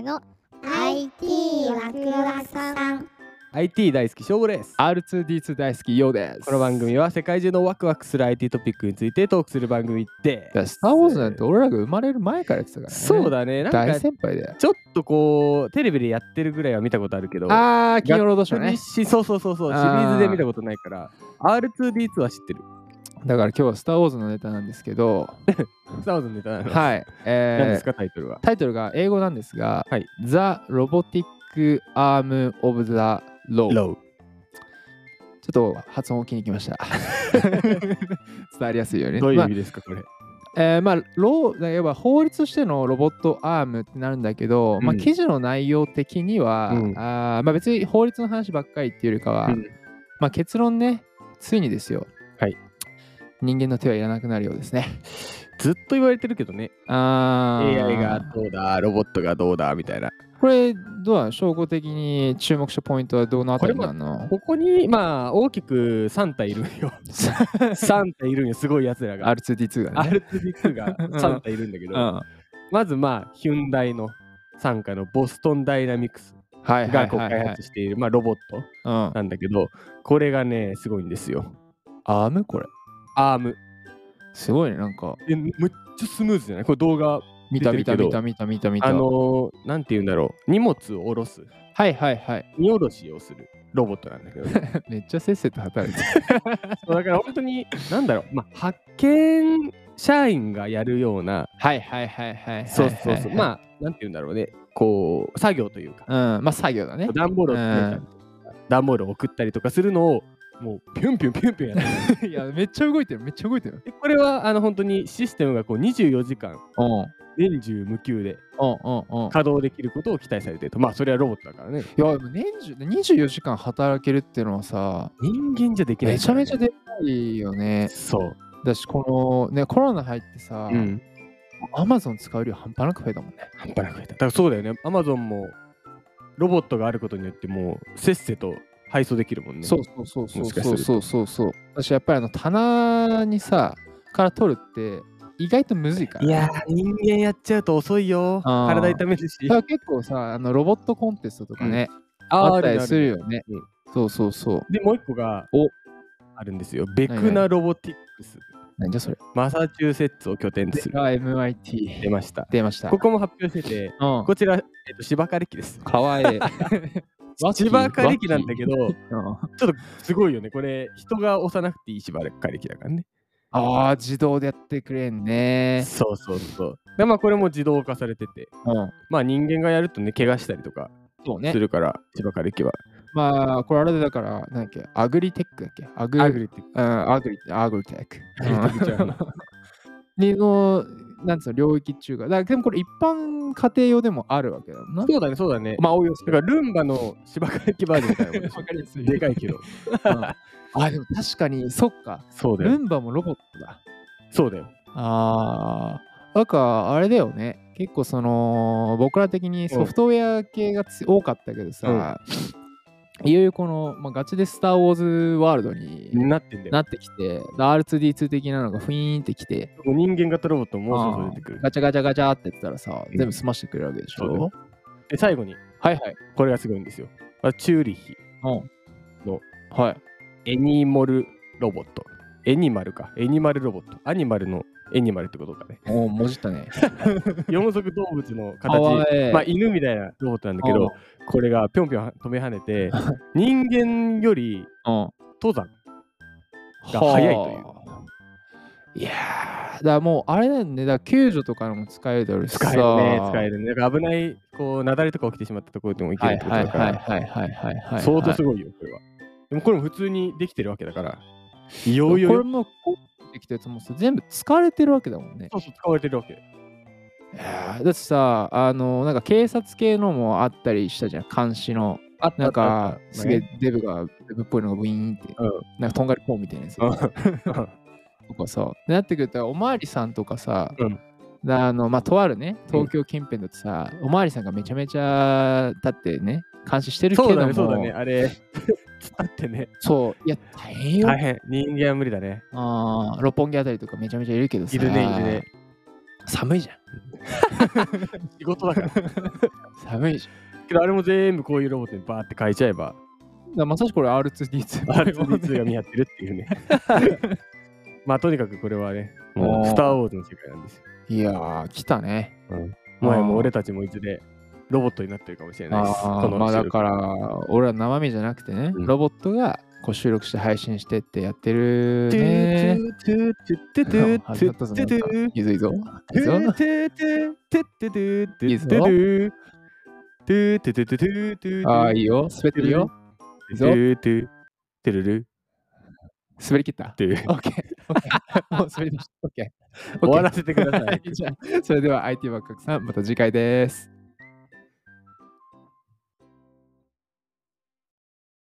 の IT ワクワクさん。 IT 大好き翔吾です。 R2D2 大好きようです。 この番組は世界中のワクワクする IT トピックについてトークする番組でスター・ウォーズなんて俺らが生まれる前からやってたからね。 そうだね。なんか大先輩だよ。 ちょっとこうテレビでやってるぐらいは見たことあるけど、 金曜ロードショーね。 そうシリーズで見たことないから R2D2 は知ってる。 だから今日はスター・ウォーズのネタなんですけどスター・ウォーズのネタなの。 はい、 何ですかタイトルは。 タイトルが英語なんですが、 はい、 The Robotic Arm of the Law。ちょっと発音を気に来ました。伝わりやすいよね。 どういう意味ですか、これ。 要は法律としてのロボットアームってなるんだけど、記事の内容的には、別に法律の話ばっかりっていうよりかは、結論ね、ついにですよ、 はい、 人間の手はいらなくなるようですね。 ずっと言われてるけどね。AI がどうだ、ロボットがどうだみたいな。 これどうなの？証拠的に注目したポイントはどのあたりなの？ ここに大きく3体いるんよ。3体いるんよ、すごいやつらが。 R2D2 がね。 R2D2 が3体いるんだけど、まずヒュンダイの傘下のボストンダイナミクスが開発しているロボットなんだけど、これがね、すごいんですよ。 アーム？これ。 アーム。 すごいね、なんか。 めっちゃスムーズじゃない？これ動画。 見た。なんて言うんだろう。荷物を下ろす。荷下ろしをするロボットなんだけど、ね。 めっちゃせっせと働いてる。だから本当に、派遣社員がやるような。そう。なんて言うんだろうね。こう、作業というか。 作業だね。 段ボールを詰めたりとか、段ボールを送ったりとかするのを、もうピュンピュンやってる。 いや、めっちゃ動いてる。 これは本当にシステムがこう24時間。年中無休で稼働できることを期待されていると。それはロボットだからね。 いや、年中24時間働けるっていうのはさ、 人間じゃできない、 めちゃめちゃでかいよね。 そうだし、このね、コロナ入ってさ、アマゾン使う量半端なく増えたもんね。 半端なく増えた。だからそうだよね。アマゾンもロボットがあることによってもうせっせと配送できるもんね。 そう。私やっぱり棚にさ、から取るって意外とむずいから、 いやー、人間やっちゃうと遅いよ。体痛めるし。 だから結構さ、ロボットコンテストとかね、あったりするよね。そう。 で、もう一個があるんですよ。ベクナロボティックス。 なんじゃそれ。 マサチューセッツを拠点とする。 MIT。 出ました。 ここも発表してて、こちら、芝刈り機です。 かわいい。 芝刈り機なんだけど、ちょっとすごいよね。これ、人が押さなくていい芝刈り機だからね。 自動でやってくれんね。 そう。で、これも自動化されてて、人間がやるとね、怪我したりとかするから、芝刈り機は。 これあれだから、なんだっけ、アグリテックだっけ？アグリテック。アグリテック。なんつうの、領域中が。でもこれ一般家庭用でもあるわけだもんな。 そうだね。およそ。だからルンバの芝刈り機バージョンみたいなもんわかりやすい。 でかいけど。 でも確かに、そっか。 そうだよ。 ルンバもロボットだ。 そうだよ。 なんかあれだよね。結構僕ら的にソフトウェア系が多かったけどさ、いよいよこの、ガチでスター・ウォーズワールドになってきて、R2D2 的なのがフィーンってきて、 人間型ロボットももうそろそろ出てくる。 ガチャってやってたらさ、全部済ましてくれるわけでしょ。 で、最後に、これがすごいんですよ。チューリヒのエニモルロボット。エニマルロボット。アニマルのエニマルってことかね。 もじったね。 四足動物の形、犬みたいなロボットなんだけど、これがぴょんぴょん飛び跳ねて、人間より登山が早いという。 いやだからもうあれだよね。だから救助とかも使えるだろうしさ。 使えるね。だから危ない、こう、雪崩とか起きてしまったところでも行けるってことだから、相当すごいよ、これは。でもこれも普通にできてるわけだから、いよいよ。 これもできたやつも全部使われてるわけだもんね。 そう、使われてるわけ。 だってさ、なんか警察系のもあったりしたじゃん、監視の。なんか、すげえデブっぽいのがブイーンって、なんかとんがりポンみたいなやつ。とかさ、なってくると、おまわりさんとかさ、とあるね、東京近辺だとさ、おまわりさんがめちゃめちゃ立ってね、監視してるけども。 そうだね、あれ、立ってね。 そう、いや、大変よ。 大変、人間は無理だね。 六本木あたりとかめちゃめちゃいるけどさ。 いるね。 寒いじゃん。 仕事だから。 寒いし。 けどあれも全部こういうロボットにバーって書いちゃえば。 まさしくこれ R2D2。 R2D2 が見合ってるっていうね。まあとにかくこれはね、もうスター・ウォーズの世界なんですよ。 いやー、来たね。 もう俺たちもいずれロボットになってるかもしれないです。 まあだから、俺は生身じゃなくてね、ロボットがこう収録して配信してってやってるね。いいぞいいぞ。いいぞ。いいぞ。ああ、いいよ。滑ってるよ。いいぞ。滑り切った。オッケー。もう滑りました。オッケー。 終わらせてください。 じゃあ、それでは IT バックさん、また次回です。